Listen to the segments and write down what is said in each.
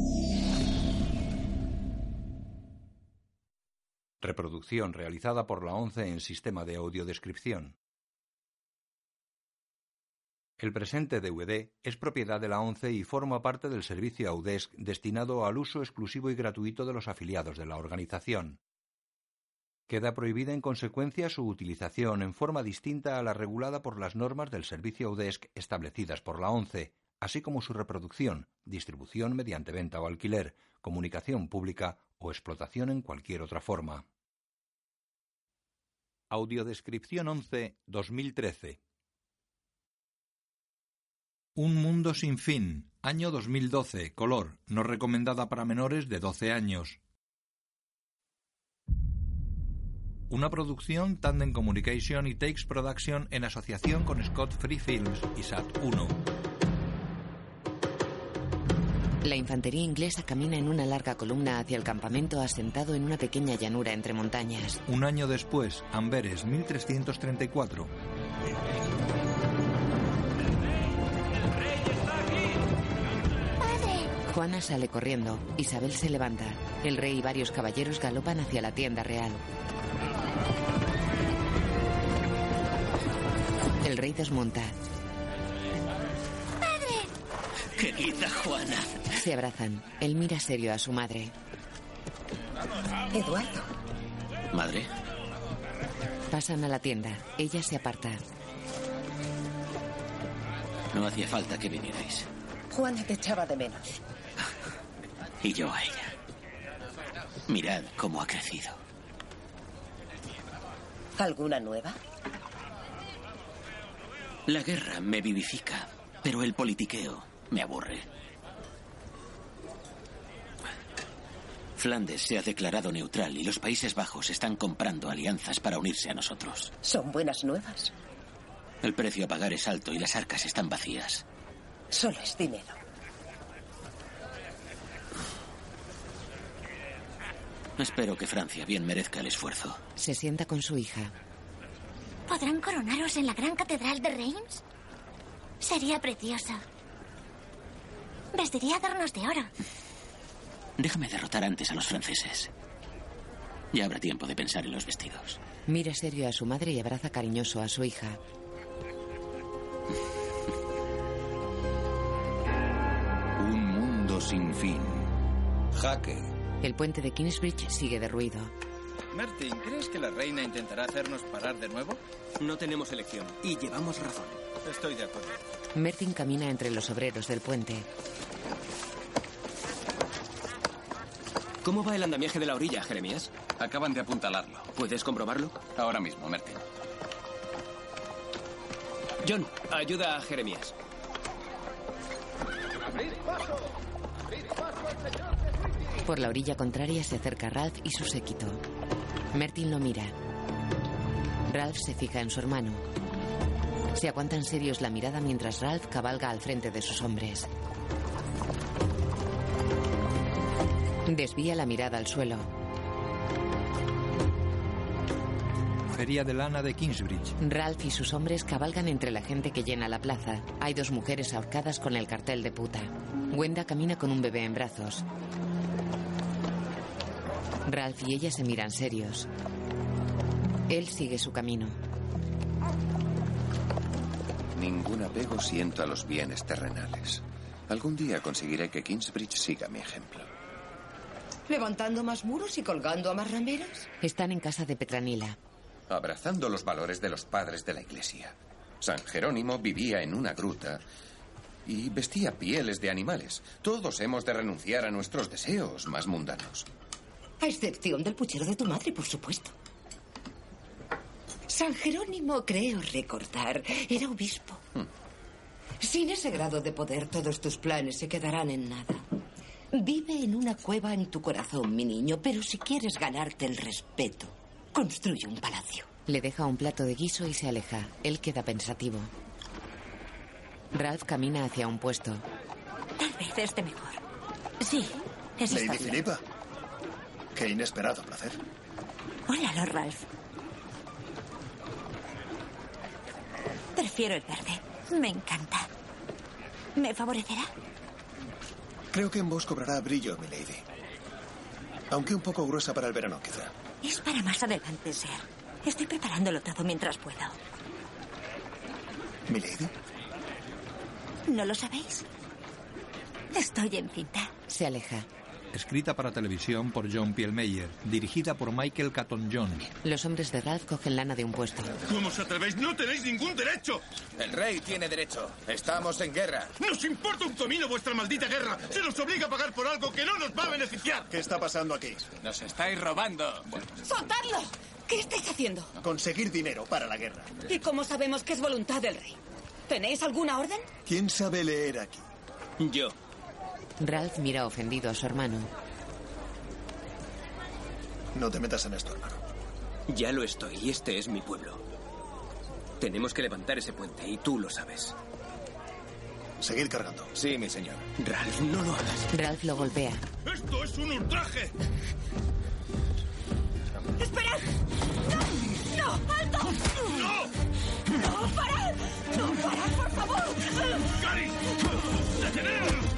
Reproducción realizada por la ONCE en sistema de audiodescripción. El presente DVD es propiedad de la ONCE y forma parte del servicio Audesc destinado al uso exclusivo y gratuito de los afiliados de la organización. Queda prohibida en consecuencia su utilización en forma distinta a la regulada por las normas del servicio Audesc establecidas por la ONCE, así como su reproducción, distribución mediante venta o alquiler, comunicación pública o explotación en cualquier otra forma. Audiodescripción 11, 2013. Un mundo sin fin, año 2012, color, no recomendada para menores de 12 años. Una producción Tandem Communication y Takes Production en asociación con Scott Free Films y Sat1. La infantería inglesa camina en una larga columna hacia el campamento asentado en una pequeña llanura entre montañas. Un año después, Amberes, 1334. Juana sale corriendo. Isabel se levanta. El rey y varios caballeros galopan hacia la tienda real. El rey desmonta. ¡Padre! Querida Juana. Se abrazan. Él mira serio a su madre. Eduardo. ¿Madre? Pasan a la tienda. Ella se aparta. No hacía falta que vinierais. Juana te echaba de menos. Y yo a ella. Mirad cómo ha crecido. ¿Alguna nueva? La guerra me vivifica, pero el politiqueo me aburre. Flandes se ha declarado neutral y los Países Bajos están comprando alianzas para unirse a nosotros. Son buenas nuevas. El precio a pagar es alto y las arcas están vacías. Solo es dinero. Espero que Francia bien merezca el esfuerzo. Se sienta con su hija. ¿Podrán coronaros en la gran catedral de Reims? Sería precioso. Vestiría adornos de oro. Déjame derrotar antes a los franceses. Ya habrá tiempo de pensar en los vestidos. Mira serio a su madre y abraza cariñoso a su hija. Un mundo sin fin. Jaque. El puente de Kingsbridge sigue derruido. Martin, ¿crees que la reina intentará hacernos parar de nuevo? No tenemos elección y llevamos razón. Estoy de acuerdo. Mertin camina entre los obreros del puente. ¿Cómo va el andamiaje de la orilla, Jeremías? Acaban de apuntalarlo. ¿Puedes comprobarlo? Ahora mismo, Mertin. John, ayuda a Jeremías. ¡Abrid paso! ¡Abrid paso al señor! Por la orilla contraria se acerca Ralph y su séquito. Mertin lo mira. Ralph se fija en su hermano. Se aguantan serios la mirada mientras Ralph cabalga al frente de sus hombres. Desvía la mirada al suelo. Feria de lana de Kingsbridge. Ralph y sus hombres cabalgan entre la gente que llena la plaza. Hay dos mujeres ahorcadas con el cartel de puta. Gwenda camina con un bebé en brazos. Ralph y ella se miran serios. Él sigue su camino. Ningún apego siento a los bienes terrenales. Algún día conseguiré que Kingsbridge siga mi ejemplo. ¿Levantando más muros y colgando a más rameras? Están en casa de Petranila. Abrazando los valores de los padres de la iglesia. San Jerónimo vivía en una gruta y vestía pieles de animales. Todos hemos de renunciar a nuestros deseos más mundanos. A excepción del puchero de tu madre, por supuesto. San Jerónimo, creo recordar, era obispo. Sin ese grado de poder, todos tus planes se quedarán en nada. Vive en una cueva en tu corazón, mi niño, pero si quieres ganarte el respeto, construye un palacio. Le deja un plato de guiso y se aleja. Él queda pensativo. Ralph camina hacia un puesto. Tal vez esté mejor. Sí, es Lady estable. Philippa. Qué inesperado placer. Hola, Lord Ralph. Prefiero el verde. Me encanta. ¿Me favorecerá? Creo que en vos cobrará brillo, milady. Aunque un poco gruesa para el verano, quizá. Es para más adelante, Sir. Estoy preparándolo todo mientras puedo. ¿Milady? ¿No lo sabéis? Estoy encinta. Se aleja. Escrita para televisión por John Pielmeyer, dirigida por Michael Caton Jones. Los hombres de Ralph cogen lana de un puesto. ¿Cómo os atrevéis? ¡No tenéis ningún derecho! El rey tiene derecho. Estamos en guerra. ¡Nos importa un comino vuestra maldita guerra! ¡Se nos obliga a pagar por algo que no nos va a beneficiar! ¿Qué está pasando aquí? Nos estáis robando. ¡Soltadlo! ¿Qué estáis haciendo? Conseguir dinero para la guerra. ¿Y cómo sabemos que es voluntad del rey? ¿Tenéis alguna orden? ¿Quién sabe leer aquí? Yo. Ralph mira ofendido a su hermano. No te metas en esto, hermano. Ya lo estoy, y este es mi pueblo. Tenemos que levantar ese puente, y tú lo sabes. Seguid cargando. Sí, mi señor. Ralph, no lo hagas. Ralph lo golpea. ¡Esto es un ultraje! ¡Esperad! ¡No! ¡No! ¡Alto! ¡No! ¡No! ¡Parad! ¡No! ¡Parad, por favor! ¡Cari! ¡Deteneos!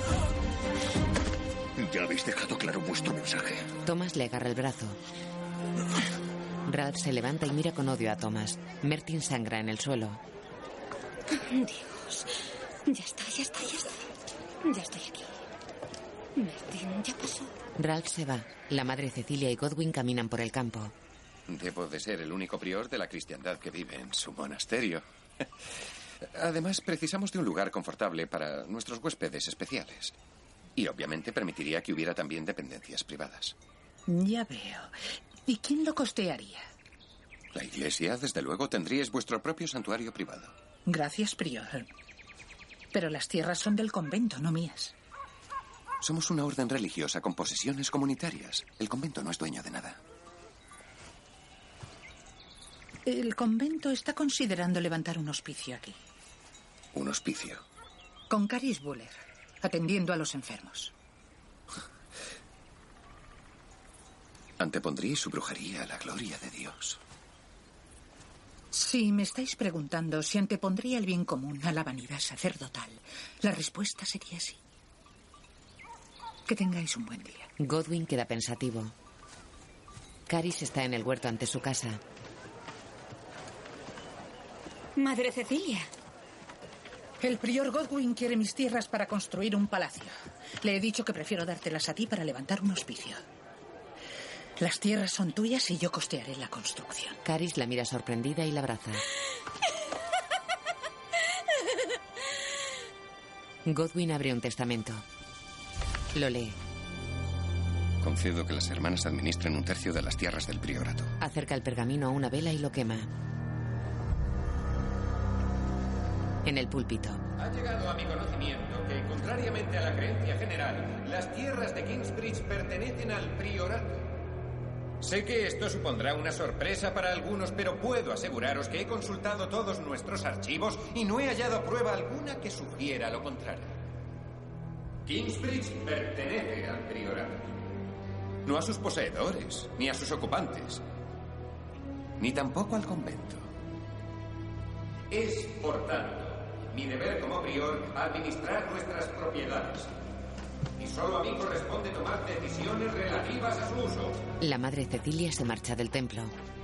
Ya habéis dejado claro vuestro mensaje. Thomas le agarra el brazo. Ralph se levanta y mira con odio a Thomas. Mertin sangra en el suelo. Dios. Ya está. Ya estoy aquí. Mertin, ya pasó. Ralph se va. La madre Cecilia y Godwin caminan por el campo. Debo de ser el único prior de la cristiandad que vive en su monasterio. Además, precisamos de un lugar confortable para nuestros huéspedes especiales. Y obviamente permitiría que hubiera también dependencias privadas. Ya veo. ¿Y quién lo costearía? La iglesia, desde luego, tendríais vuestro propio santuario privado. Gracias, prior. Pero las tierras son del convento, no mías. Somos una orden religiosa con posesiones comunitarias. El convento no es dueño de nada. El convento está considerando levantar un hospicio aquí. ¿Un hospicio? Con Caris Buller, atendiendo a los enfermos. Antepondríais su brujería a la gloria de Dios. Si me estáis preguntando si antepondría el bien común a la vanidad sacerdotal, la respuesta sería sí. Que tengáis un buen día. Godwin queda pensativo. Caris está en el huerto ante su casa. Madre Cecilia. El prior Godwin quiere mis tierras para construir un palacio. Le he dicho que prefiero dártelas a ti para levantar un hospicio. Las tierras son tuyas y yo costearé la construcción. Caris la mira sorprendida y la abraza. Godwin abre un testamento. Lo lee. Concedo que las hermanas administren un tercio de las tierras del priorato. Acerca el pergamino a una vela y lo quema. En el púlpito. Ha llegado a mi conocimiento que, contrariamente a la creencia general, las tierras de Kingsbridge pertenecen al priorato. Sé que esto supondrá una sorpresa para algunos, pero puedo aseguraros que he consultado todos nuestros archivos y no he hallado prueba alguna que sugiera lo contrario. Kingsbridge pertenece al priorato. No a sus poseedores, ni a sus ocupantes, ni tampoco al convento. Es, por tanto, mi deber como prior administrar nuestras propiedades. Y solo a mí corresponde tomar decisiones relativas a su uso. La madre Cecilia se marcha del templo.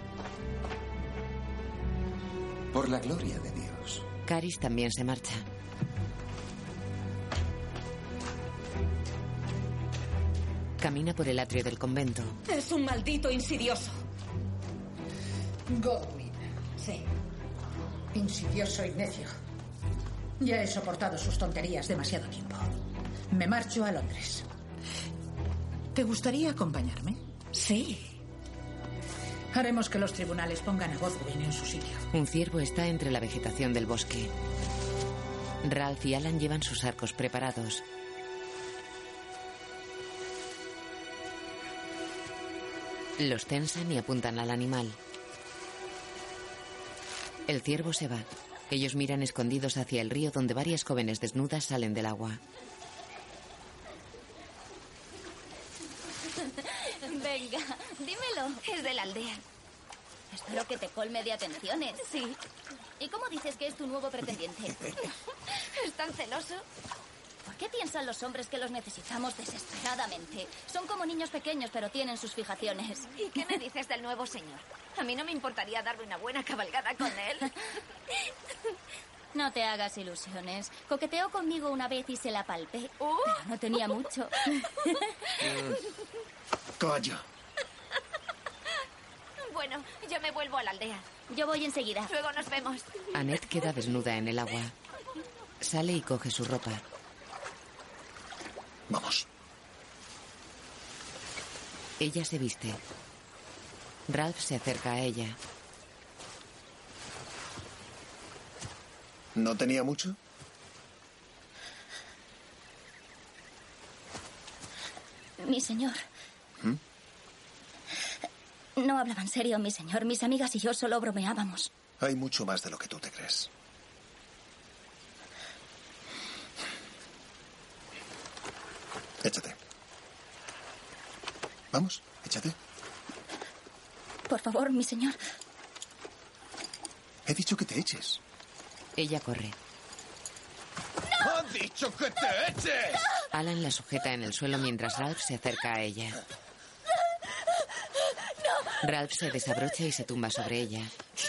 Por la gloria de Dios. Caris también se marcha. Camina por el atrio del convento. Es un maldito insidioso. Godwin. Sí. Insidioso y necio. Ya he soportado sus tonterías demasiado tiempo. Me marcho a Londres. ¿Te gustaría acompañarme? Sí. Haremos que los tribunales pongan a Godwin en su sitio. Un ciervo está entre la vegetación del bosque. Ralph y Alan llevan sus arcos preparados. Los tensan y apuntan al animal. El ciervo se va. Ellos miran escondidos hacia el río donde varias jóvenes desnudas salen del agua. Venga, dímelo. Es de la aldea. Espero que te colme de atenciones. Sí. ¿Y cómo dices que es tu nuevo pretendiente? ¿Es tan celoso? ¿Por qué piensas usan los hombres que los necesitamos desesperadamente. Son como niños pequeños, pero tienen sus fijaciones. ¿Y qué me dices del nuevo señor? A mí no me importaría darme una buena cabalgada con él. No te hagas ilusiones. Coqueteó conmigo una vez y se la palpé. Pero no tenía mucho. Calla. Bueno, yo me vuelvo a la aldea. Yo voy enseguida. Luego nos vemos. Annette queda desnuda en el agua. Sale y coge su ropa. Vamos. Ella se viste. Ralph se acerca a ella. ¿No tenía mucho? Mi señor. No hablaba en serio, mi señor. Mis amigas y yo solo bromeábamos. Hay mucho más de lo que tú te crees. Échate. Vamos, échate. Por favor, mi señor. He dicho que te eches. Ella corre. ¡No! ¡Ha dicho que te eches! Alan la sujeta en el suelo mientras Ralph se acerca a ella. ¡No! Ralph se desabrocha y se tumba sobre ella.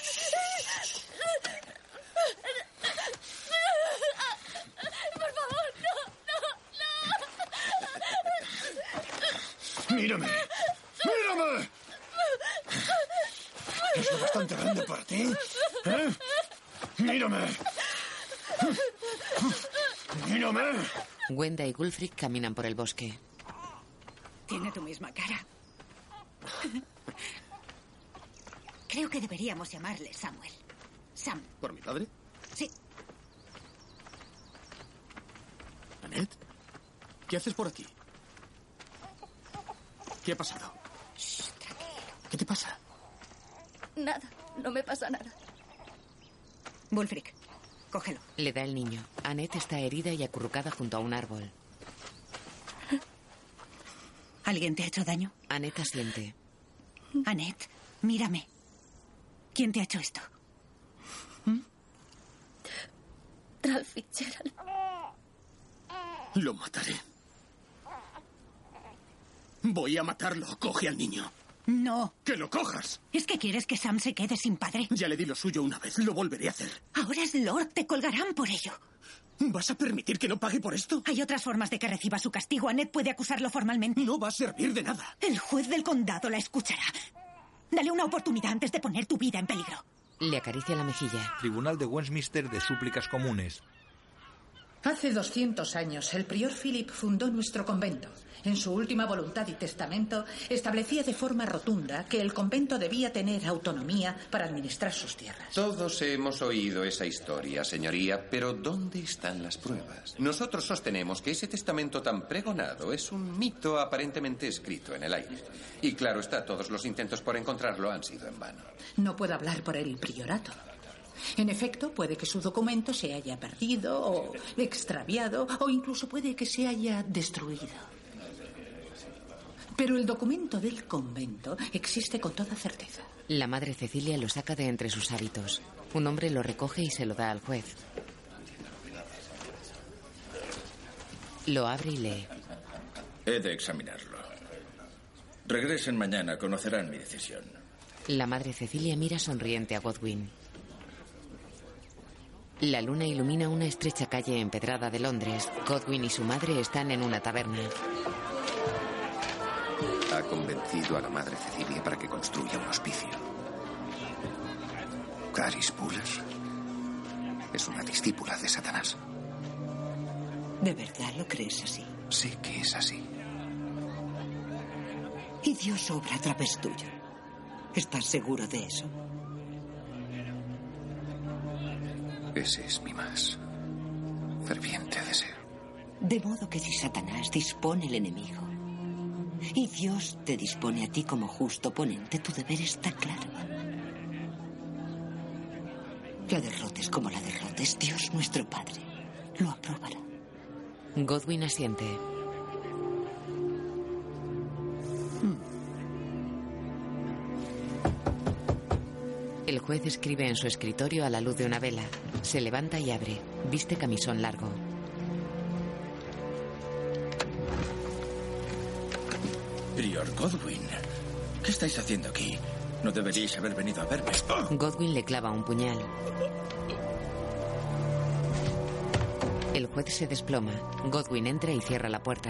Por favor, no. ¡Mírame! ¡Mírame! ¿Es lo bastante grande para ti? ¿Eh? ¡Mírame! ¡Mírame! Gwenda y Wulfric caminan por el bosque. Tiene tu misma cara. Creo que deberíamos llamarle Samuel. Sam. ¿Por mi padre? Sí. ¿Annette? ¿Qué haces por aquí? ¿Qué ha pasado? Shh, tranquilo. ¿Qué te pasa? Nada, no me pasa nada. Wulfric, cógelo. Le da el niño. Annette está herida y acurrucada junto a un árbol. ¿Alguien te ha hecho daño? Annette asiente. Annette, mírame. ¿Quién te ha hecho esto? Ralph Fitzgerald. Lo mataré. Voy a matarlo. Coge al niño. No. ¡Que lo cojas! ¿Es que quieres que Sam se quede sin padre? Ya le di lo suyo una vez. Lo volveré a hacer. Ahora es Lord. Te colgarán por ello. ¿Vas a permitir que no pague por esto? Hay otras formas de que reciba su castigo. Annette puede acusarlo formalmente. No va a servir de nada. El juez del condado la escuchará. Dale una oportunidad antes de poner tu vida en peligro. Le acaricia la mejilla. Tribunal de Westminster de Súplicas Comunes. Hace 200 años, el prior Philip fundó nuestro convento. En su última voluntad y testamento, establecía de forma rotunda que el convento debía tener autonomía para administrar sus tierras. Todos hemos oído esa historia, señoría, pero ¿dónde están las pruebas? Nosotros sostenemos que ese testamento tan pregonado es un mito aparentemente escrito en el aire. Y claro está, todos los intentos por encontrarlo han sido en vano. No puedo hablar por el priorato. En efecto, puede que su documento se haya perdido o extraviado o incluso puede que se haya destruido. Pero el documento del convento existe con toda certeza. La madre Cecilia lo saca de entre sus hábitos. Un hombre lo recoge y se lo da al juez. Lo abre y lee. He de examinarlo. Regresen mañana, conocerán mi decisión. La madre Cecilia mira sonriente a Godwin. La luna ilumina una estrecha calle empedrada de Londres. Godwin y su madre están en una taberna. Ha convencido a la madre Cecilia para que construya un hospicio. Caris Buller es una discípula de Satanás. ¿De verdad lo crees así? Sé que es así. Y Dios obra a través tuyo. ¿Estás seguro de eso? Ese es mi más ferviente deseo. De modo que si Satanás dispone el enemigo y Dios te dispone a ti como justo oponente, tu deber está claro. La derrotes como la derrotes, Dios nuestro Padre lo aprobará. Godwin asiente. El juez escribe en su escritorio a la luz de una vela. Se levanta y abre. Viste camisón largo. Prior Godwin, ¿qué estáis haciendo aquí? No deberíais haber venido a verme. Godwin le clava un puñal. El juez se desploma. Godwin entra y cierra la puerta.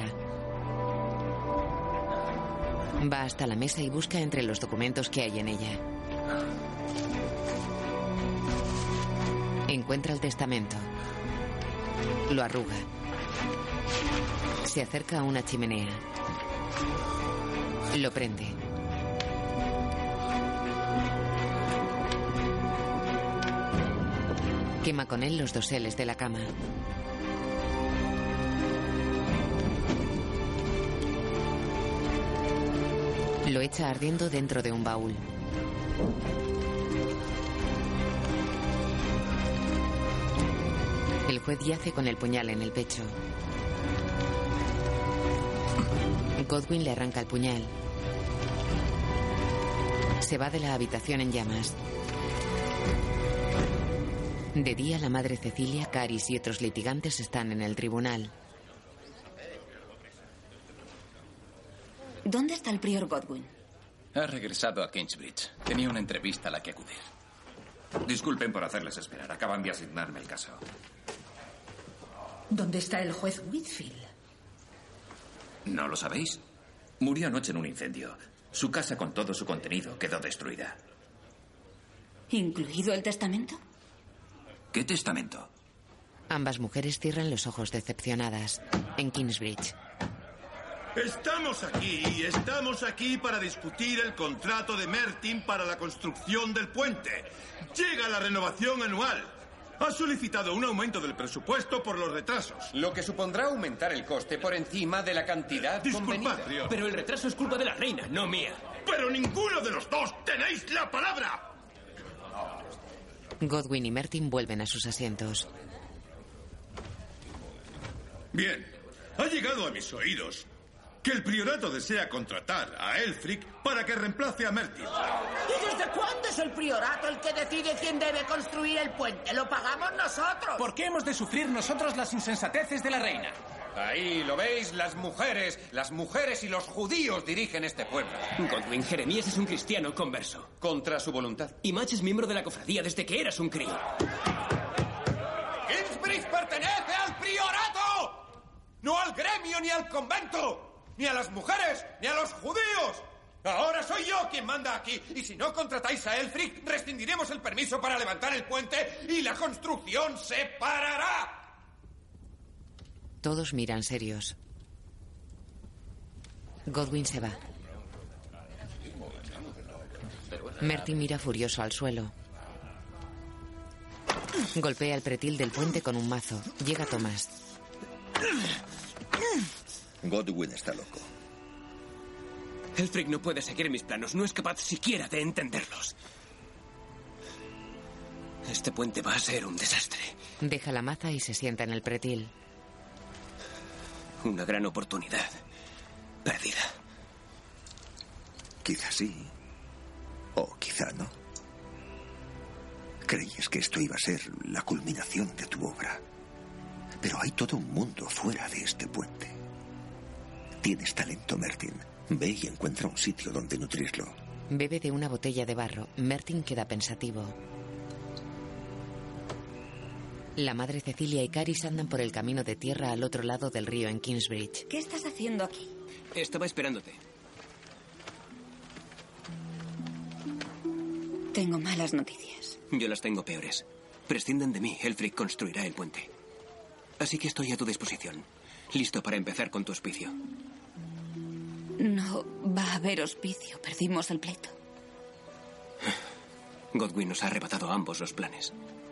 Va hasta la mesa y busca entre los documentos que hay en ella. Encuentra el testamento. Lo arruga. Se acerca a una chimenea. Lo prende. Quema con él los doseles de la cama. Lo echa ardiendo dentro de un baúl. El juez yace con el puñal en el pecho. Godwin le arranca el puñal. Se va de la habitación en llamas. De día, la madre Cecilia, Caris y otros litigantes están en el tribunal. ¿Dónde está el prior Godwin? Ha regresado a Kingsbridge. Tenía una entrevista a la que acudir. Disculpen por hacerles esperar. Acaban de asignarme el caso. ¿Dónde está el juez Whitfield? ¿No lo sabéis? Murió anoche en un incendio. Su casa con todo su contenido quedó destruida. ¿Incluido el testamento? ¿Qué testamento? Ambas mujeres cierran los ojos decepcionadas. En Kingsbridge. Estamos aquí para discutir el contrato de Mertin para la construcción del puente. Llega la renovación anual. Ha solicitado un aumento del presupuesto por los retrasos. Lo que supondrá aumentar el coste por encima de la cantidad convenida. Prior. Pero el retraso es culpa de la reina, no mía. ¡Pero ninguno de los dos tenéis la palabra! Godwin y Mertin vuelven a sus asientos. Bien, ha llegado a mis oídos que el priorato desea contratar a Elfric para que reemplace a Mertin. ¿Y desde cuándo es el priorato el que decide quién debe construir el puente? ¡Lo pagamos nosotros! ¿Por qué hemos de sufrir nosotros las insensateces de la reina? Ahí, ¿lo veis? Las mujeres y los judíos dirigen este pueblo. Godwin, Jeremías es un cristiano converso. Contra su voluntad. Y Match es miembro de la cofradía desde que eras un crío. ¡Kingsbridge pertenece al priorato! ¡No al gremio ni al convento! ¡Ni a las mujeres, ni a los judíos! Ahora soy yo quien manda aquí. Y si no contratáis a Elfric, rescindiremos el permiso para levantar el puente y la construcción se parará. Todos miran serios. Godwin se va. Mertin mira furioso al suelo. Golpea el pretil del puente con un mazo. Llega Tomás. Godwin está loco. Elfric no puede seguir mis planos. No es capaz siquiera de entenderlos. Este puente va a ser un desastre. Deja la maza y se sienta en el pretil. Una gran oportunidad perdida. Quizá sí. O quizá no. Creías que esto iba a ser la culminación de tu obra. Pero hay todo un mundo fuera de este puente. Tienes talento, Mertin. Ve y encuentra un sitio donde nutrirlo. Bebe de una botella de barro. Mertin queda pensativo. La madre Cecilia y Caris andan por el camino de tierra al otro lado del río en Kingsbridge. ¿Qué estás haciendo aquí? Estaba esperándote. Tengo malas noticias. Yo las tengo peores. Prescinden de mí. Elfric construirá el puente. Así que estoy a tu disposición. Listo para empezar con tu hospicio. No va a haber hospicio. Perdimos el pleito. Godwin nos ha arrebatado a ambos los planes.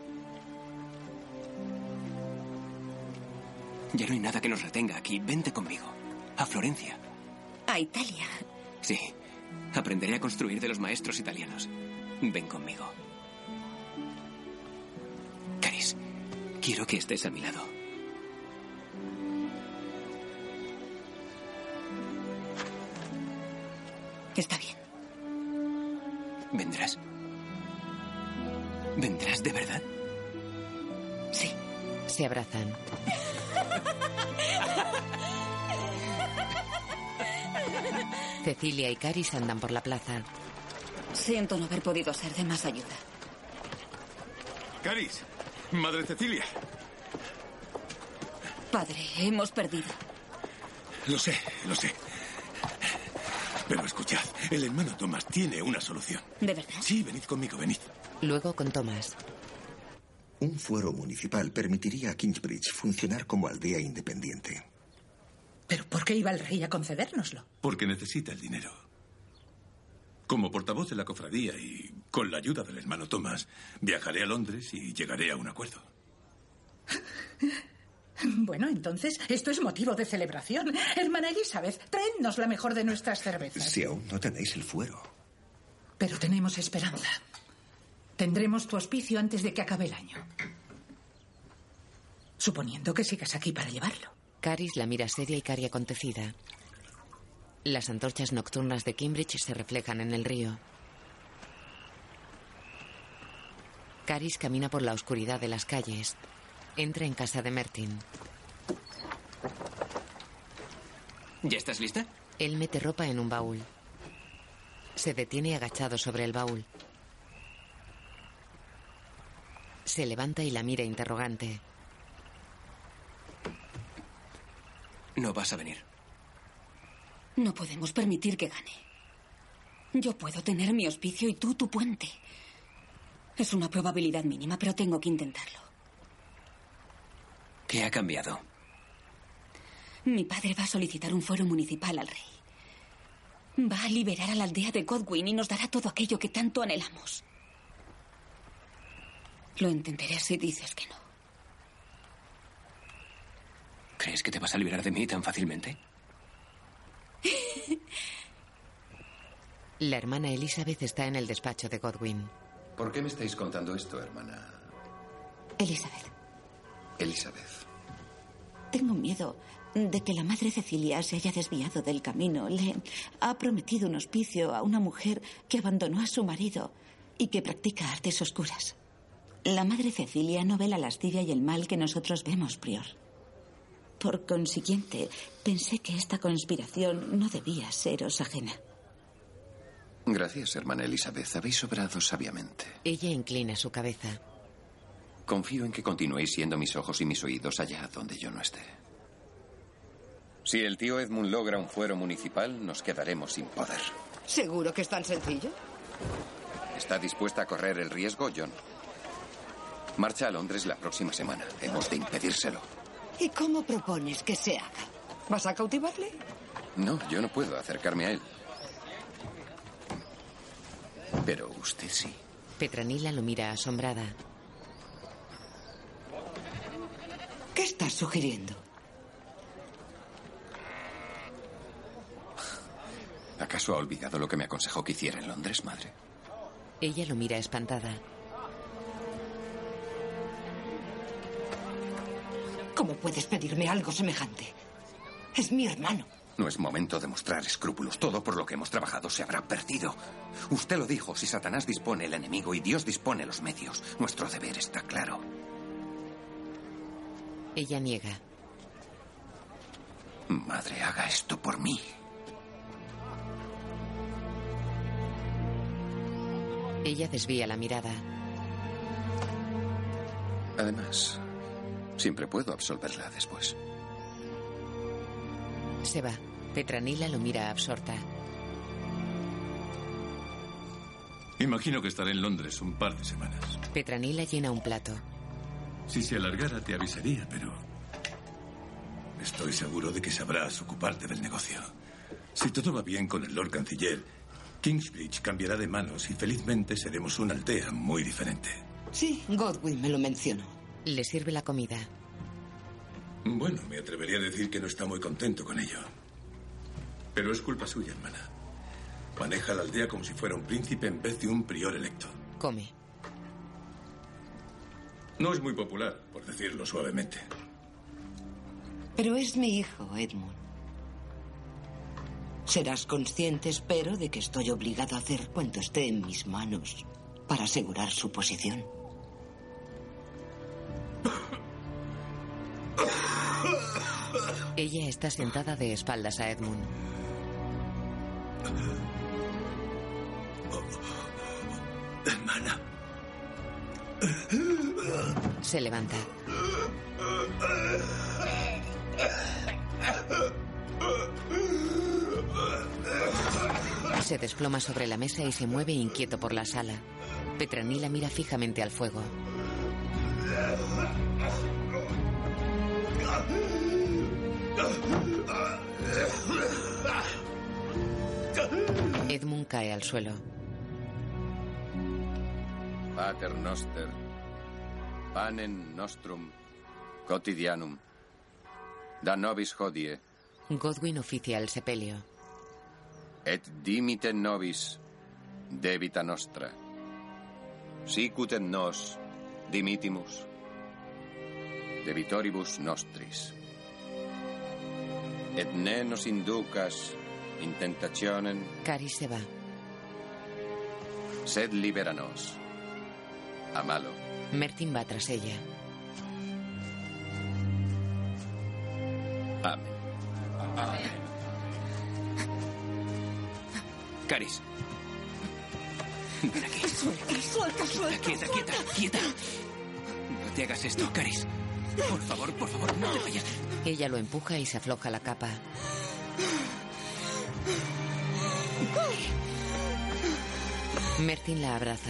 Ya no hay nada que nos retenga aquí. Vente conmigo. A Florencia. A Italia. Sí. Aprenderé a construir de los maestros italianos. Ven conmigo. Caris, quiero que estés a mi lado. Está bien. ¿Vendrás? ¿Vendrás de verdad? Sí. Se abrazan. Cecilia y Caris andan por la plaza. Siento no haber podido ser de más ayuda. Caris, Madre Cecilia. Padre, hemos perdido. Lo sé. Pero escuchad, el hermano Thomas tiene una solución. ¿De verdad? Sí, venid conmigo, venid. Luego con Thomas. Un fuero municipal permitiría a Kingsbridge funcionar como aldea independiente. ¿Pero por qué iba el rey a concedérnoslo? Porque necesita el dinero. Como portavoz de la cofradía y con la ayuda del hermano Thomas, viajaré a Londres y llegaré a un acuerdo. Bueno, entonces, esto es motivo de celebración. Hermana Elizabeth, traednos la mejor de nuestras cervezas. Si aún no tenéis el fuero. Pero tenemos esperanza. Tendremos tu hospicio antes de que acabe el año. Suponiendo que sigas aquí para llevarlo. Caris la mira seria y cari acontecida. Las antorchas nocturnas de Kingsbridge se reflejan en el río. Caris camina por la oscuridad de las calles. Entra en casa de Mertin. ¿Ya estás lista? Él mete ropa en un baúl. Se detiene agachado sobre el baúl. Se levanta y la mira interrogante. No vas a venir. No podemos permitir que gane. Yo puedo tener mi hospicio y tú tu puente. Es una probabilidad mínima, pero tengo que intentarlo. ¿Qué ha cambiado? Mi padre va a solicitar un fuero municipal al rey. Va a liberar a la aldea de Godwin y nos dará todo aquello que tanto anhelamos. Lo entenderé si dices que no. ¿Crees que te vas a liberar de mí tan fácilmente? La hermana Elizabeth está en el despacho de Godwin. ¿Por qué me estáis contando esto, hermana? Elizabeth. Tengo miedo de que la madre Cecilia se haya desviado del camino. Le ha prometido un hospicio a una mujer que abandonó a su marido y que practica artes oscuras. La madre Cecilia no ve la lascivia y el mal que nosotros vemos, prior. Por consiguiente, pensé que esta conspiración no debía seros ajena. Gracias, hermana Elizabeth. Habéis obrado sabiamente. Ella inclina su cabeza. Confío en que continuéis siendo mis ojos y mis oídos allá donde yo no esté. Si el tío Edmund logra un fuero municipal, nos quedaremos sin poder. ¿Seguro que es tan sencillo? ¿Está dispuesta a correr el riesgo, John? Marcha a Londres la próxima semana. Hemos de impedírselo. ¿Y cómo propones que se haga? ¿Vas a cautivarle? No, yo no puedo acercarme a él. Pero usted sí. Petronila lo mira asombrada. ¿Qué estás sugiriendo? ¿Acaso ha olvidado lo que me aconsejó que hiciera en Londres, madre? Ella lo mira espantada. ¿Cómo puedes pedirme algo semejante? Es mi hermano. No es momento de mostrar escrúpulos. Todo por lo que hemos trabajado se habrá perdido. Usted lo dijo, si Satanás dispone el enemigo y Dios dispone los medios, nuestro deber está claro. Ella niega. Madre, haga esto por mí. Ella desvía la mirada. Además, siempre puedo absolverla después. Se va. Petronila lo mira absorta. Imagino que estaré en Londres un par de semanas. Petronila llena un plato. Si se alargara te avisaría, pero estoy seguro de que sabrás ocuparte del negocio. Si todo va bien con el Lord Canciller, Kingsbridge cambiará de manos y felizmente seremos una aldea muy diferente. Sí, Godwin me lo mencionó. Le sirve la comida. Bueno, me atrevería a decir que no está muy contento con ello. Pero es culpa suya, hermana. Maneja la aldea como si fuera un príncipe en vez de un prior electo. Come. No es muy popular, por decirlo suavemente. Pero es mi hijo, Edmund. Serás consciente, espero, de que estoy obligado a hacer cuanto esté en mis manos para asegurar su posición. Ella está sentada de espaldas a Edmund. Hermana. Se levanta. Se desploma sobre la mesa y se mueve inquieto por la sala. Petranila mira fijamente al fuego. Edmund cae al suelo. Pater noster, panem nostrum quotidianum, da nobis hodie, Godwin oficia el sepelio. et dimite nobis debita nostra, sicut et nos dimittimus debitoribus nostris, et ne nos inducas in tentationem, Caris se va. sed libera nos a malo. Mertin va tras ella. Amén. Caris. Ven aquí. Suelta. Quieta. No te hagas esto, Caris. Por favor, no te vayas. Ella lo empuja y se afloja la capa. Mertin la abraza.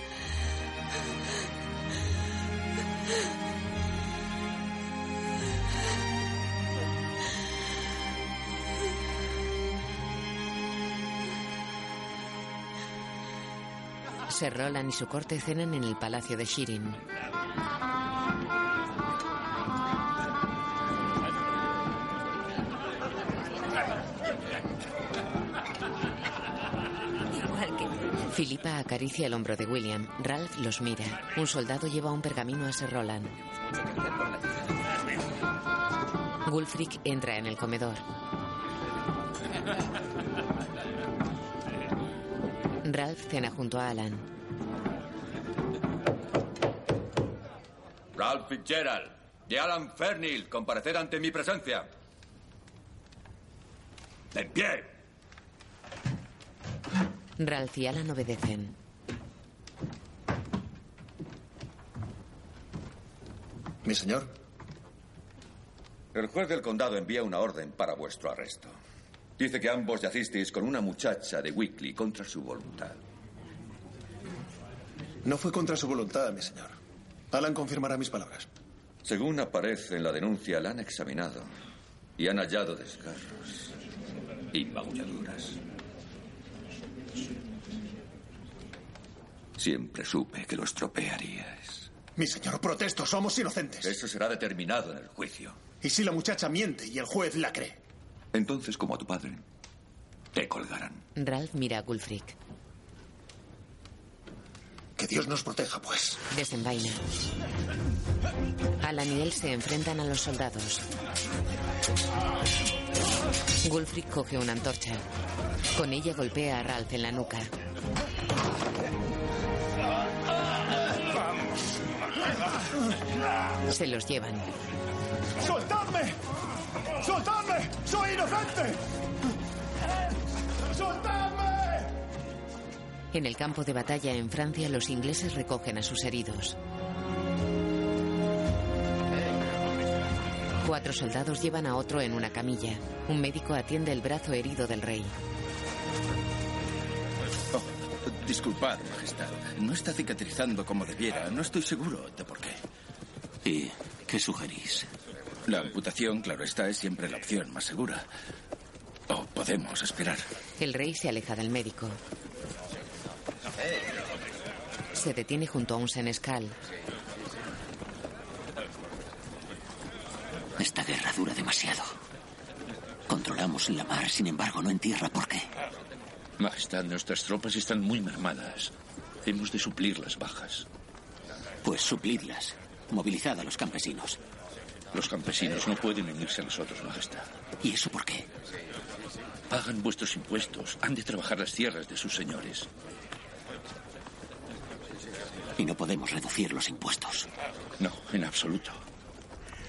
Sir Roland y su corte cenan en el palacio de Shirin. Filipa acaricia el hombro de William. Ralph los mira. Un soldado lleva un pergamino a Sir Roland. Wulfric entra en el comedor. Ralph cena junto a Alan. Ralph Fitzgerald y Alan Fernhill, comparecer ante mi presencia. ¡En pie! Ralph y Alan obedecen. Mi señor. El juez del condado envía una orden para vuestro arresto. Dice que ambos yacisteis con una muchacha de Wickley contra su voluntad. No fue contra su voluntad, mi señor. Alan confirmará mis palabras. Según aparece en la denuncia, la han examinado y han hallado desgarros y magulladuras. Siempre supe que lo estropearías. Mi señor, protesto, somos inocentes. Eso será determinado en el juicio. ¿Y si la muchacha miente y el juez la cree? Entonces, como a tu padre, te colgarán. Ralph mira a Wulfric. Que Dios nos proteja, pues. Desenvaina. Alan y él se enfrentan a los soldados. Wulfric coge una antorcha. Con ella golpea a Ralph en la nuca. Se los llevan. ¡Soltadme! ¡Soltadme! ¡Soy inocente! ¡Soltadme! En el campo de batalla en Francia, los ingleses recogen a sus heridos. 4 soldados llevan a otro en una camilla. Un médico atiende el brazo herido del rey. Disculpad, Majestad. No está cicatrizando como debiera. No estoy seguro de por qué. ¿Y qué sugerís? La amputación, claro está, es siempre la opción más segura. O podemos esperar. El rey se aleja del médico. Se detiene junto a un senescal. Esta guerra dura demasiado. Controlamos en la mar, sin embargo, no en tierra. ¿Por qué? Majestad, nuestras tropas están muy mermadas. Hemos de suplir las bajas. Pues suplidlas. Movilizad a los campesinos. Los campesinos no pueden unirse a nosotros, Majestad. ¿Y eso por qué? Pagan vuestros impuestos. Han de trabajar las tierras de sus señores. Y no podemos reducir los impuestos. No, en absoluto.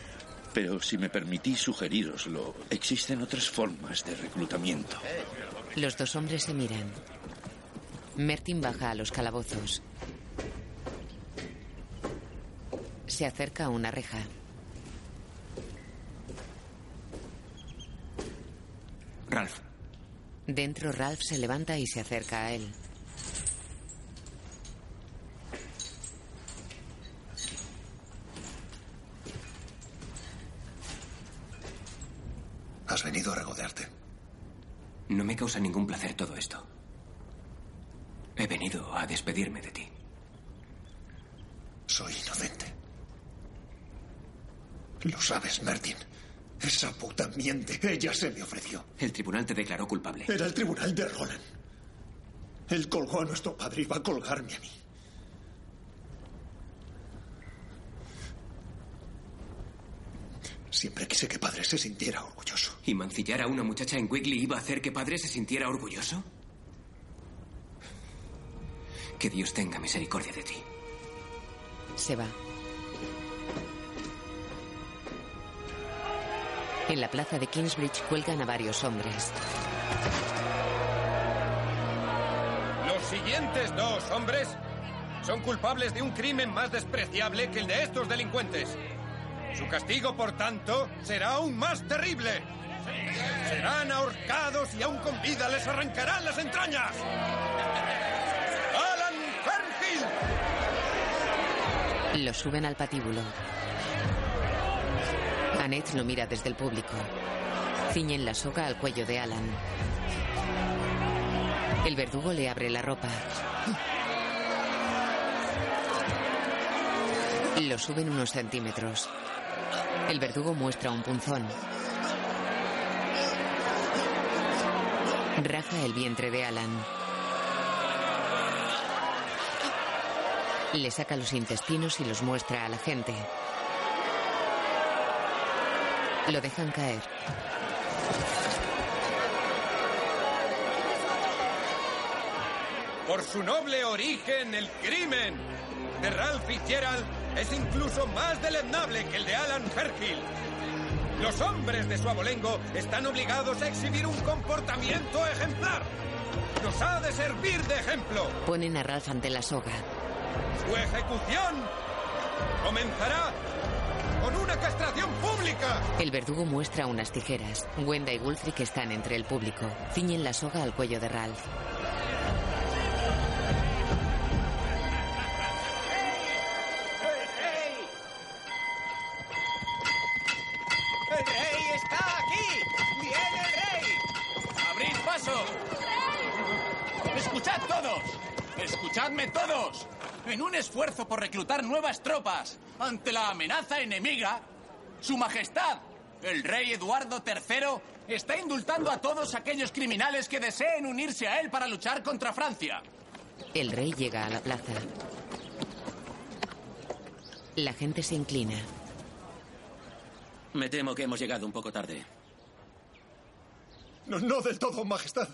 Pero si me permitís sugeríroslo, existen otras formas de reclutamiento. Los dos hombres se miran. Mertin baja a los calabozos. Se acerca a una reja. Ralph. Dentro, Ralph se levanta y se acerca a él. ¿Has venido a regodearte? No me causa ningún placer todo esto. He venido a despedirme de ti. Soy inocente. Lo sabes, Mertin. Esa puta miente. Ella se me ofreció. El tribunal te declaró culpable. Era el tribunal de Roland. Él colgó a nuestro padre y va a colgarme a mí. Siempre quise que padre se sintiera orgulloso. ¿Y mancillar a una muchacha en Wiggly iba a hacer que padre se sintiera orgulloso? Que Dios tenga misericordia de ti. Se va. En la plaza de Kingsbridge cuelgan a varios hombres. Los siguientes 2 hombres son culpables de un crimen más despreciable que el de estos delincuentes. Su castigo, por tanto, será aún más terrible. Serán ahorcados y aún con vida les arrancarán las entrañas. ¡Alan Fergill! Lo suben al patíbulo. Annette lo mira desde el público. Ciñen la soga al cuello de Alan. El verdugo le abre la ropa. Lo suben unos centímetros. El verdugo muestra un punzón. Raja el vientre de Alan. Le saca los intestinos y los muestra a la gente. Lo dejan caer. Por su noble origen, el crimen de Ralph Fitzgerald es incluso más deleznable que el de Alan Fergill. Los hombres de su abolengo están obligados a exhibir un comportamiento ejemplar. Nos ha de servir de ejemplo. Ponen a Ralph ante la soga. Su ejecución comenzará con una castración pública. El verdugo muestra unas tijeras. Wenda y Wulfric están entre el público. Ciñen la soga al cuello de Ralph. ¡El rey está aquí! ¡Viene el rey! ¡Abrid paso! ¡Escuchad todos! ¡Escuchadme todos! En un esfuerzo por reclutar nuevas tropas ante la amenaza enemiga, Su Majestad, el rey Eduardo III, está indultando a todos aquellos criminales que deseen unirse a él para luchar contra Francia. El rey llega a la plaza. La gente se inclina. Me temo que hemos llegado un poco tarde. No, no del todo, Majestad.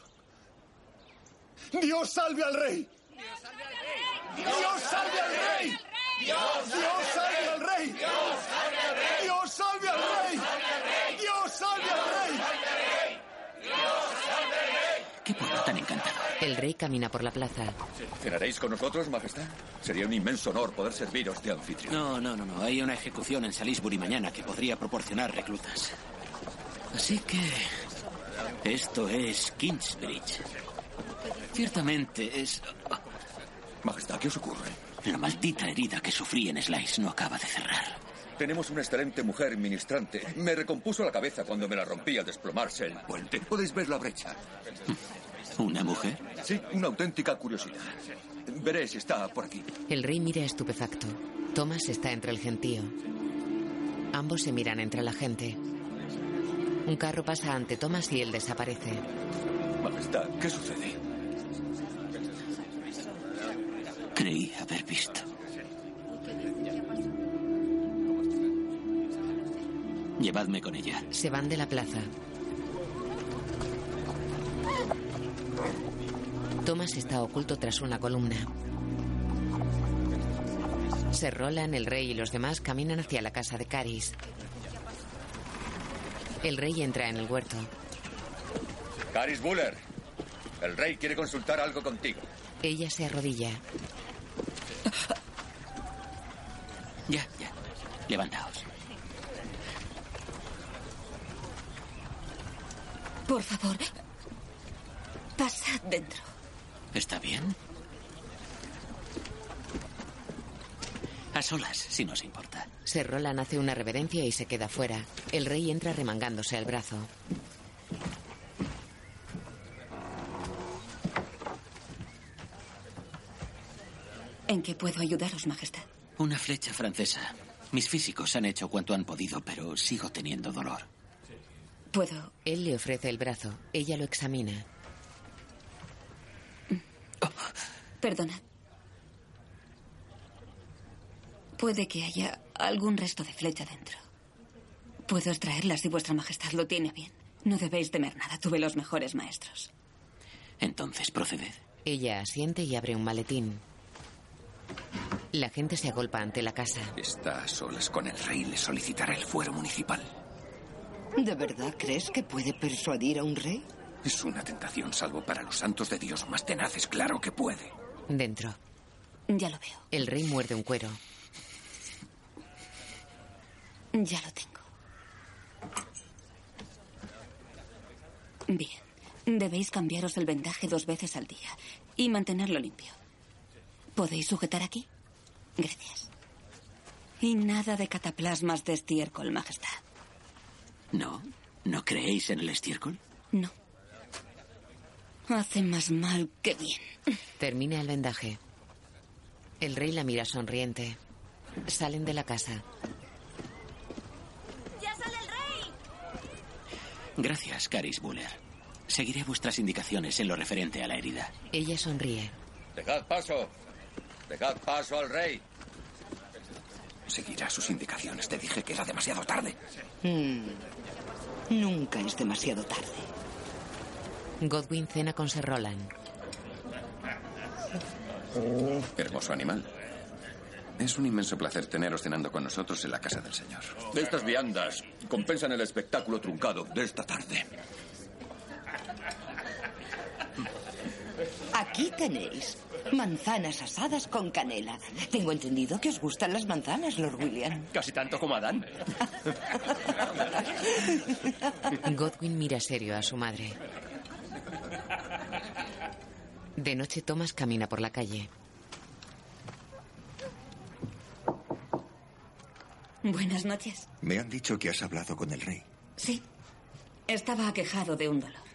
¡Dios salve al rey! ¡Dios salve al rey! ¡Dios salve al rey! ¡Dios salve al rey! ¡Dios salve al rey! ¿Qué pueblo tan encantador? El rey camina por la plaza. ¿Cenaréis con nosotros, Majestad? Sería un inmenso honor poder serviros de anfitrión. No. Hay una ejecución en Salisbury mañana que podría proporcionar reclutas. Así que... esto es Kingsbridge. Ciertamente es... Majestad, ¿qué os ocurre? La maldita herida que sufrí en Slice no acaba de cerrar. Tenemos una excelente mujer ministrante. Me recompuso la cabeza cuando me la rompí al desplomarse el puente. Podéis ver la brecha. ¿Una mujer? Sí, una auténtica curiosidad. Veré si está por aquí. El rey mira estupefacto. Thomas está entre el gentío. Ambos se miran entre la gente. Un carro pasa ante Thomas y él desaparece. Majestad, ¿qué sucede? Creí haber visto. Llevadme con ella. Se van de la plaza. Thomas está oculto tras una columna. Sir Roland, el rey y los demás caminan hacia la casa de Caris. El rey entra en el huerto. Caris Buller, El rey quiere consultar algo contigo. Ella se arrodilla. Ya. Levantaos. Por favor, pasad dentro. ¿Está bien? A solas, si nos importa. Sir Roland hace una reverencia y se queda fuera. El rey entra remangándose el brazo. ¿En qué puedo ayudaros, Majestad? Una flecha francesa. Mis físicos han hecho cuanto han podido, pero sigo teniendo dolor. ¿Puedo? Él le ofrece el brazo. Ella lo examina. Perdonad. Puede que haya algún resto de flecha dentro. Puedo extraerla si vuestra majestad lo tiene a bien. No debéis temer nada. Tuve los mejores maestros. Entonces, proceded. Ella asiente y abre un maletín. La gente se agolpa ante la casa. Está a solas con el rey. Le solicitará el fuero municipal. ¿De verdad crees que puede persuadir a un rey? Es una tentación, salvo para los santos de Dios más tenaces. Claro que puede. Dentro. Ya lo veo. El rey muerde un cuero. Ya lo tengo. Bien. Debéis cambiaros el vendaje 2 veces al día y mantenerlo limpio. ¿Podéis sujetar aquí? Gracias. Y nada de cataplasmas de estiércol, Majestad. ¿No creéis en el estiércol? No. Hace más mal que bien. Termina el vendaje. El rey la mira sonriente. Salen de la casa. ¡Ya sale el rey! Gracias, Caris Buller. Seguiré vuestras indicaciones en lo referente a la herida. Ella sonríe. Dejad paso. Dejad paso al rey. Seguirá sus indicaciones. Te dije que era demasiado tarde. Nunca es demasiado tarde. Godwin cena con Sir Roland. Hermoso animal. Es un inmenso placer teneros cenando con nosotros en la casa del señor. Estas viandas compensan el espectáculo truncado de esta tarde. Aquí tenéis manzanas asadas con canela. Tengo entendido que os gustan las manzanas, Lord William. Casi tanto como Adán. Godwin mira serio a su madre. De noche, Thomas camina por la calle. Buenas noches. Me han dicho que has hablado con el rey. Sí. Estaba aquejado de un dolor.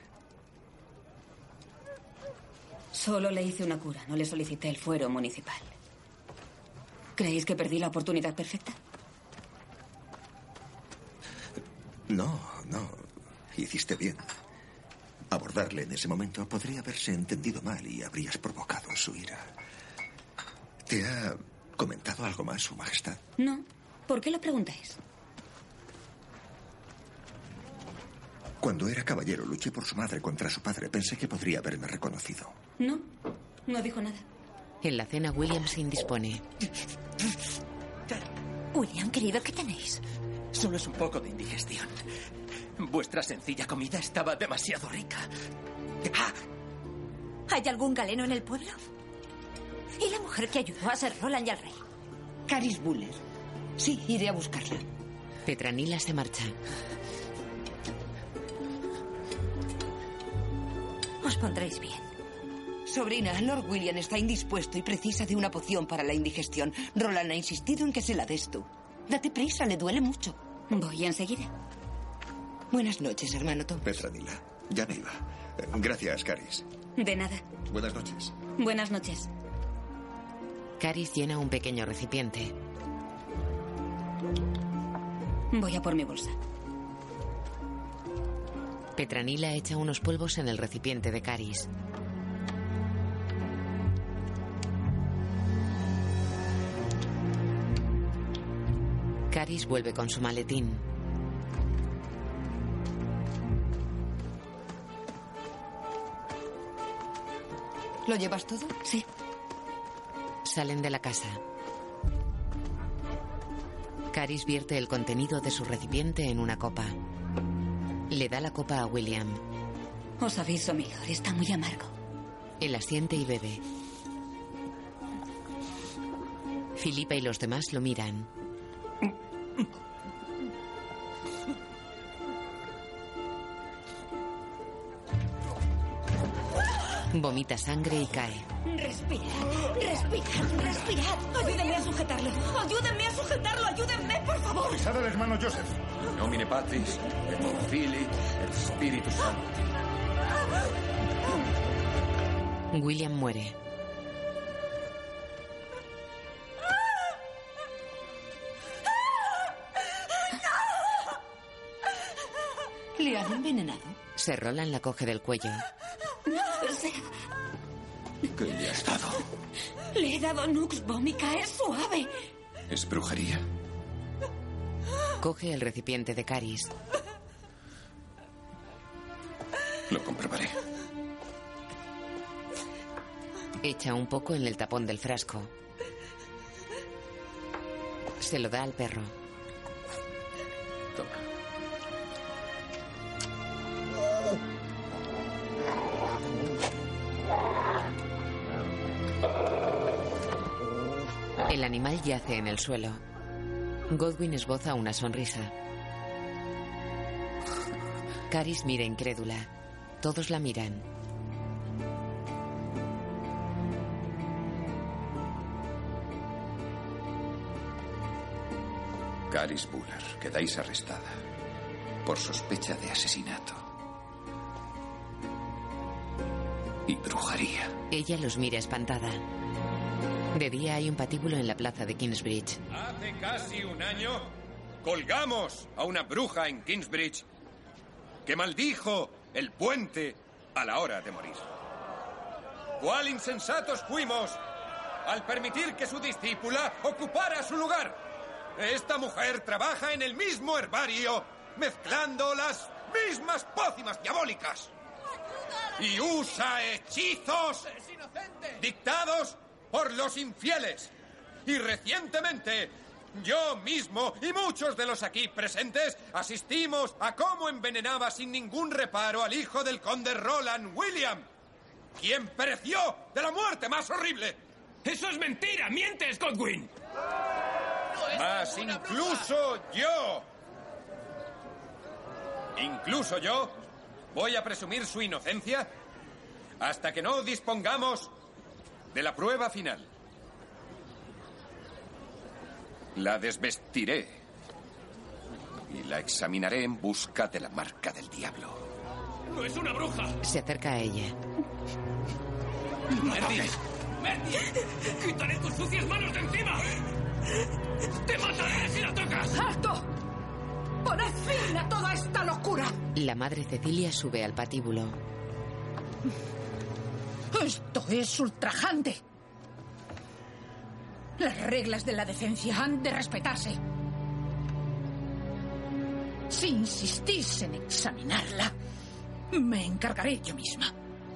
Solo le hice una cura, no le solicité el fuero municipal. ¿Creéis que perdí la oportunidad perfecta? No. Hiciste bien. Abordarle en ese momento podría haberse entendido mal y habrías provocado su ira. ¿Te ha comentado algo más, Su Majestad? No. ¿Por qué lo preguntáis? Cuando era caballero luché por su madre contra su padre. Pensé que podría haberme reconocido. No dijo nada. En la cena, William se indispone. William, querido, ¿qué tenéis? Solo es un poco de indigestión. Vuestra sencilla comida estaba demasiado rica. ¿Hay algún galeno en el pueblo? ¿Y la mujer que ayudó a Sir Roland y al rey? Caris Buller. Sí, iré a buscarla. Petranila se marcha. Os pondréis bien. Sobrina, Lord William está indispuesto y precisa de una poción para la indigestión. Roland ha insistido en que se la des tú. Date prisa, le duele mucho. Voy enseguida. Buenas noches, hermano Tom. Petranila, ya me iba. Gracias, Caris. De nada. Buenas noches. Buenas noches. Caris llena un pequeño recipiente. Voy a por mi bolsa. Petranila echa unos polvos en el recipiente de Caris. Caris vuelve con su maletín. ¿Lo llevas todo? Sí. Salen de la casa. Caris vierte el contenido de su recipiente en una copa. Le da la copa a William. Os aviso, Milord, está muy amargo. Él asiente y bebe. Filipa y los demás lo miran. Vomita sangre y cae. Respirad, respirad, respirad. Ayúdenme a sujetarlo. Ayúdenme a sujetarlo. Ayúdenme, por favor. Pisad las manos, Joseph. In nomine Patris, et Filii, et Spiritus Sancti. William muere. ¿Le han envenenado? Sir Roland la coge del cuello. No, o sea, ¿Qué le has dado? le he dado Nux Vomica. Es suave. Es brujería. Coge el recipiente de Caris. Lo comprobaré. Echa un poco en el tapón del frasco. Se lo da al perro. Toma. El animal yace en el suelo. Godwin esboza una sonrisa. Caris mira incrédula. Todos la miran. Caris Buller, quedáis arrestada por sospecha de asesinato y brujería. Ella los mira espantada. De día hay un patíbulo en la plaza de Kingsbridge. Hace casi un año colgamos a una bruja en Kingsbridge que maldijo el puente a la hora de morir. ¡Cuál insensatos fuimos al permitir que su discípula ocupara su lugar! Esta mujer trabaja en el mismo herbario, mezclando las mismas pócimas diabólicas. Y usa hechizos dictados por los infieles. Y recientemente, yo mismo y muchos de los aquí presentes asistimos a cómo envenenaba sin ningún reparo al hijo del conde Roland, William, quien pereció de la muerte más horrible. ¡Eso es mentira! ¡Mientes, Godwin! Mas incluso yo, voy a presumir su inocencia hasta que no dispongamos de la prueba final. La desvestiré y la examinaré en busca de la marca del diablo. ¡No es una bruja! Se acerca a ella. ¡Merty! ¡Merty! ¡Quitaré tus sucias manos de encima! ¡Te mataré si la tocas! ¡Alto! ¡Poned fin a toda esta locura! La madre Cecilia sube al patíbulo. Esto es ultrajante. Las reglas de la decencia han de respetarse. Si insistís en examinarla, me encargaré yo misma.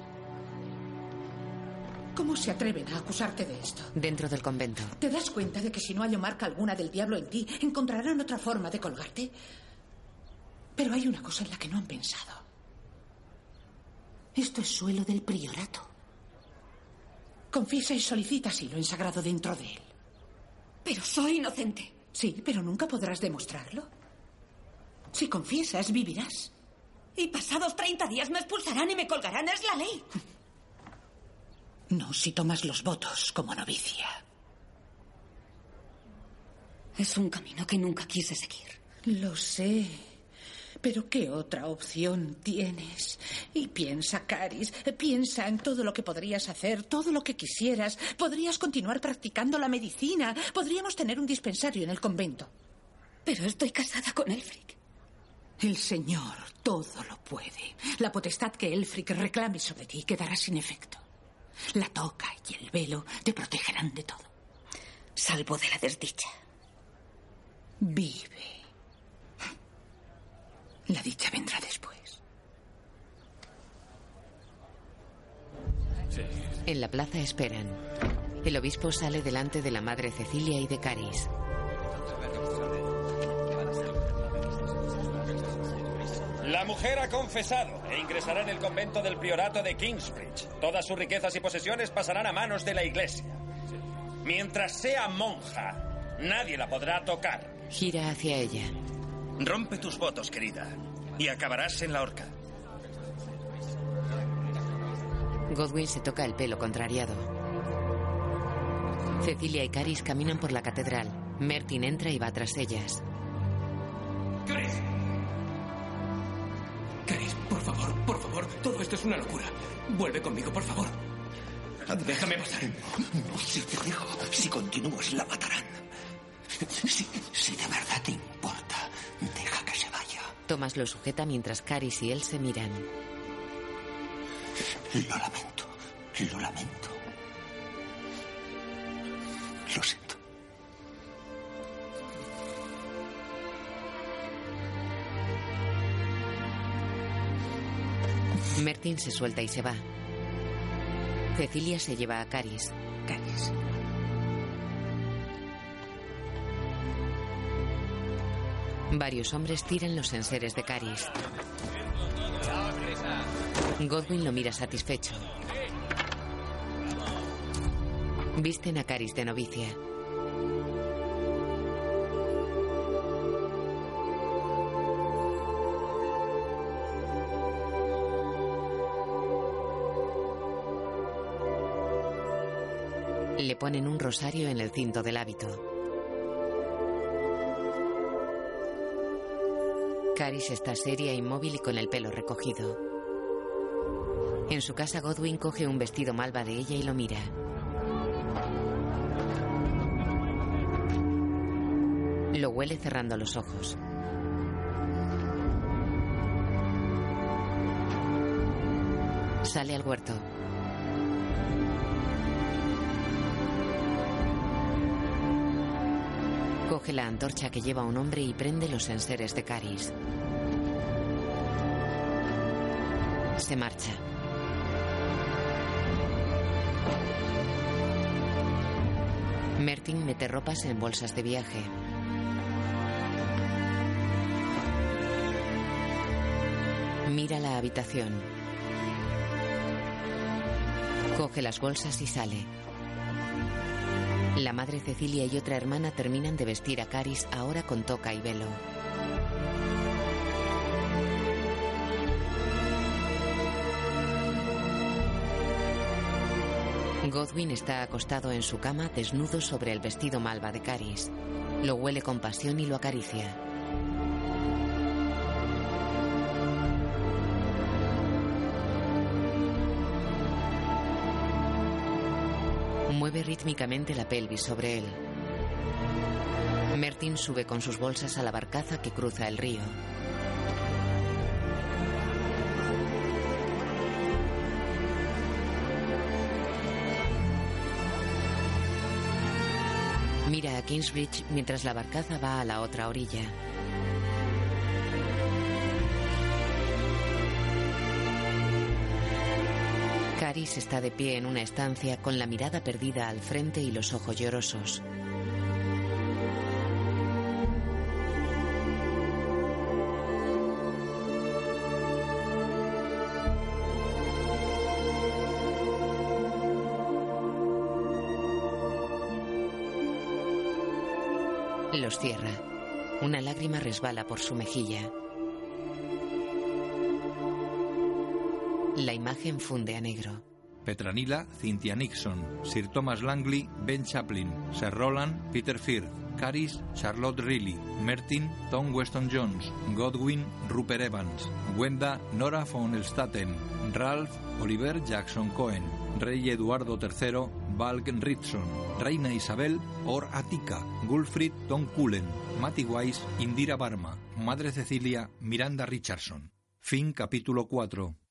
¿Cómo se atreven a acusarte de esto? Dentro del convento. ¿Te das cuenta de que si no hallo marca alguna del diablo en ti, encontrarán otra forma de colgarte? Pero hay una cosa en la que no han pensado. Esto es suelo del priorato. Confiesa y solicita asilo en sagrado dentro de él. Pero soy inocente. Sí, pero nunca podrás demostrarlo. Si confiesas, vivirás. Y pasados 30 días me expulsarán y me colgarán. Es la ley. No si tomas los votos como novicia. Es un camino que nunca quise seguir. Lo sé. Pero ¿qué otra opción tienes? Y piensa, Caris, piensa en todo lo que podrías hacer, todo lo que quisieras. Podrías continuar practicando la medicina. Podríamos tener un dispensario en el convento. Pero estoy casada con Elfric. El Señor todo lo puede. La potestad que Elfric reclame sobre ti quedará sin efecto. La toca y el velo te protegerán de todo. Salvo de la desdicha. Vive. La dicha vendrá después. En la plaza esperan. El obispo sale delante de la madre Cecilia y de Caris. La mujer ha confesado e ingresará en el convento del priorato de Kingsbridge. Todas sus riquezas y posesiones pasarán a manos de la iglesia. Mientras sea monja, nadie la podrá tocar. Gira hacia ella. Rompe tus votos, querida, y acabarás en la horca. Godwin se toca el pelo contrariado. Cecilia y Caris caminan por la catedral. Mertin entra y va tras ellas. ¡Caris! Caris, por favor, todo esto es una locura. Vuelve conmigo, por favor. Déjame pasar. No, si te dejo, si continúas, la matarán. Si de verdad te importa, deja que se vaya. Thomas lo sujeta mientras Caris y él se miran. Lo lamento. Lo siento. Mertin se suelta y se va. Cecilia se lleva a Caris. Caris. Varios hombres tiran los enseres de Caris. Godwin lo mira satisfecho. Visten a Caris de novicia. Le ponen un rosario en el cinto del hábito. Caris está seria, inmóvil y con el pelo recogido. En su casa, Godwin coge un vestido malva de ella y lo mira. Lo huele cerrando los ojos. Sale al huerto. Coge la antorcha que lleva un hombre y prende los enseres de Caris. Se marcha. Mertin mete ropas en bolsas de viaje. Mira la habitación. Coge las bolsas y sale. La madre Cecilia y otra hermana terminan de vestir a Caris ahora con toca y velo. Godwin está acostado en su cama, desnudo sobre el vestido malva de Caris. Lo huele con pasión y lo acaricia. Mueve rítmicamente la pelvis sobre él. Mertin sube con sus bolsas a la barcaza que cruza el río. Mira a Kingsbridge mientras la barcaza va a la otra orilla. Caris está de pie en una estancia con la mirada perdida al frente y los ojos llorosos. Los cierra. Una lágrima resbala por su mejilla. La imagen funde a negro. Petranila, Cynthia Nixon, Sir Thomas Langley, Ben Chaplin, Sir Roland, Peter Firth, Caris, Charlotte Riley, Mertin, Tom Weston Jones, Godwin, Rupert Evans, Wenda, Nora von Elstaten, Ralph, Oliver Jackson Cohen, Rey Eduardo III, Balk Ritson, Reina Isabel, Or Atika, Gulfrid Tom Cullen, Matty Wise, Indira Varma, Madre Cecilia, Miranda Richardson. Fin capítulo 4.